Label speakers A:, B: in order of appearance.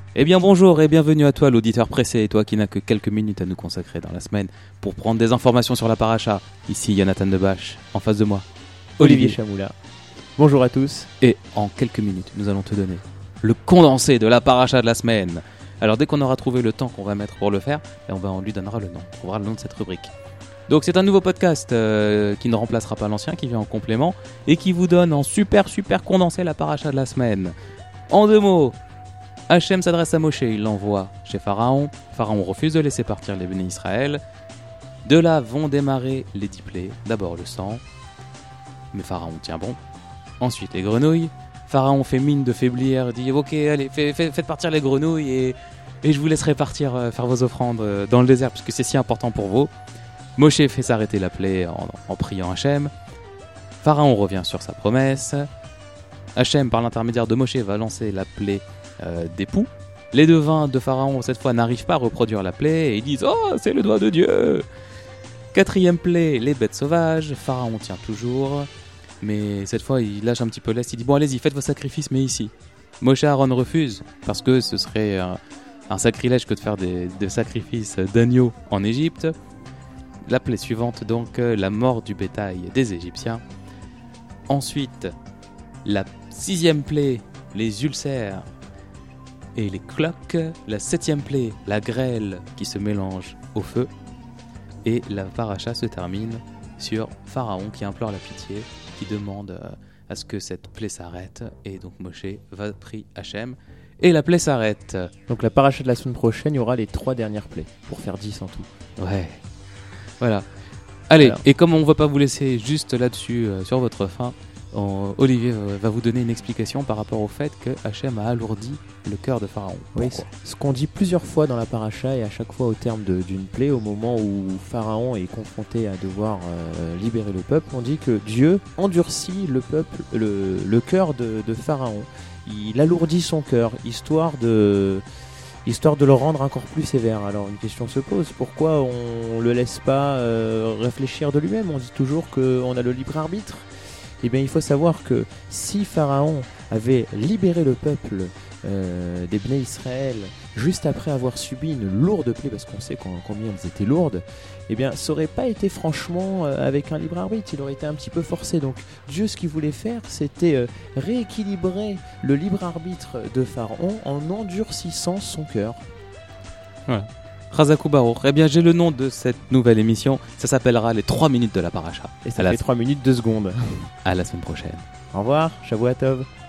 A: Eh bien bonjour et bienvenue à toi l'auditeur pressé et toi qui n'as que quelques minutes à nous consacrer dans la semaine pour prendre des informations sur la paracha. Ici Jonathan Debache, en face de moi
B: Olivier Chamoula. Bonjour à tous.
A: Et en quelques minutes nous allons te donner le condensé de la paracha de la semaine. Alors dès qu'on aura trouvé le temps qu'on va mettre pour le faire, on lui donnera le nom, on trouvera le nom de cette rubrique. Donc c'est un nouveau podcast qui ne remplacera pas l'ancien, qui vient en complément et qui vous donne en super condensé la paracha de la semaine. En 2 mots, Hachem s'adresse à Moshe, il l'envoie chez Pharaon. Pharaon refuse de laisser partir les bénis Israël. De là vont démarrer les 10 plaies. D'abord le sang, mais Pharaon tient bon. Ensuite les grenouilles. Pharaon fait mine de faiblir, dit ok, allez, faites partir les grenouilles et je vous laisserai partir faire vos offrandes dans le désert puisque c'est si important pour vous. Moshe fait s'arrêter la plaie en priant Hachem. Pharaon revient sur sa promesse. Hachem, par l'intermédiaire de Moshe, va lancer la plaie des poux. Les devins de Pharaon, cette fois, n'arrivent pas à reproduire la plaie et ils disent « Oh, c'est le doigt de Dieu !» 4e plaie, les bêtes sauvages. Pharaon tient toujours, mais cette fois, il lâche un petit peu l'est. Il dit « Bon, allez-y, faites vos sacrifices, mais ici. » Moshe Aaron refuse, parce que ce serait un sacrilège que de faire des sacrifices d'agneaux en Égypte. La plaie suivante, donc, la mort du bétail des Égyptiens. Ensuite, la 6e plaie, les ulcères et les cloques. La 7e plaie, la grêle qui se mélange au feu. Et la paracha se termine sur Pharaon qui implore la pitié, qui demande à ce que cette plaie s'arrête. Et donc Moshe va prier Hachem et la plaie s'arrête.
B: Donc la paracha de la semaine prochaine, il y aura les 3 dernières plaies, pour faire 10 en tout.
A: Ouais. Voilà. Allez,
B: Alors.
A: et comme on ne va pas vous laisser juste là-dessus sur votre faim, Olivier va vous donner une explication par rapport au fait que Hachem a alourdi le cœur de Pharaon.
B: Oui, ce qu'on dit plusieurs fois dans la paracha et à chaque fois au terme d'une plaie, au moment où Pharaon est confronté à devoir libérer le peuple, on dit que Dieu endurcit le peuple, le cœur de Pharaon. Il alourdit son cœur, histoire de le rendre encore plus sévère. Alors une question se pose, pourquoi on le laisse pas réfléchir de lui-même ? On dit toujours qu'on a le libre arbitre. Eh bien, il faut savoir que si Pharaon avait libéré le peuple des Bnei Israël juste après avoir subi une lourde plaie, parce qu'on sait combien elles étaient lourdes, eh bien, ça n'aurait pas été franchement avec un libre arbitre, il aurait été un petit peu forcé. Donc, Dieu, ce qu'il voulait faire, c'était rééquilibrer le libre arbitre de Pharaon en endurcissant son cœur.
A: Voilà. Razakou Baruch. Eh bien, j'ai le nom de cette nouvelle émission. Ça s'appellera les 3 minutes de la paracha.
B: Et ça fait 3 minutes 2 secondes.
A: À la semaine prochaine.
B: Au revoir, Shavua Tov.